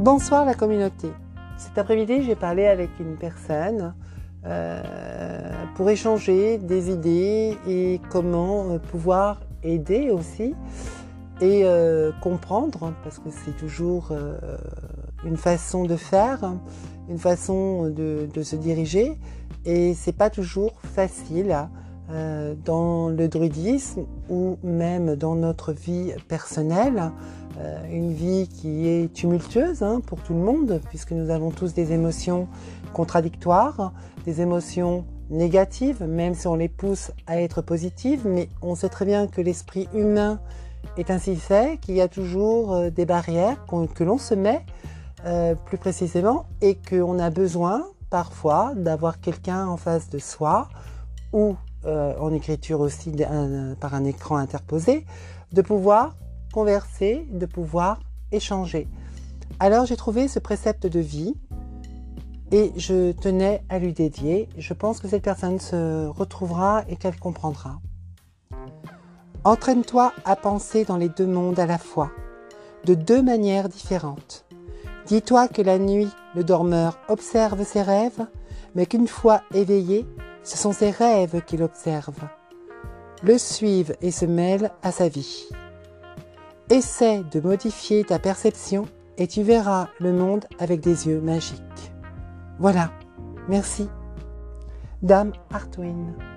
Bonsoir la communauté. Cet après-midi, j'ai parlé avec une personne pour échanger des idées et comment pouvoir aider aussi et comprendre, parce que c'est toujours une façon de faire, une façon de se diriger et c'est pas toujours facile dans le druidisme ou même dans notre vie personnelle. Une vie qui est tumultueuse pour tout le monde, puisque nous avons tous des émotions contradictoires, des émotions négatives, même si on les pousse à être positives, mais on sait très bien que l'esprit humain est ainsi fait, qu'il y a toujours des barrières que l'on se met plus précisément, et qu'on a besoin parfois d'avoir quelqu'un en face de soi, ou en écriture aussi par un écran interposé, de pouvoir converser, de pouvoir échanger. Alors j'ai trouvé ce précepte de vie et je tenais à lui dédier. Je pense que cette personne se retrouvera et qu'elle comprendra. Entraîne-toi à penser dans les deux mondes à la fois, de deux manières différentes. Dis-toi que la nuit, le dormeur observe ses rêves, mais qu'une fois éveillé, ce sont ses rêves qu'il observe. Le suivent et se mêlent à sa vie. Essaie de modifier ta perception et tu verras le monde avec des yeux magiques. Voilà, merci. Dame Artwin.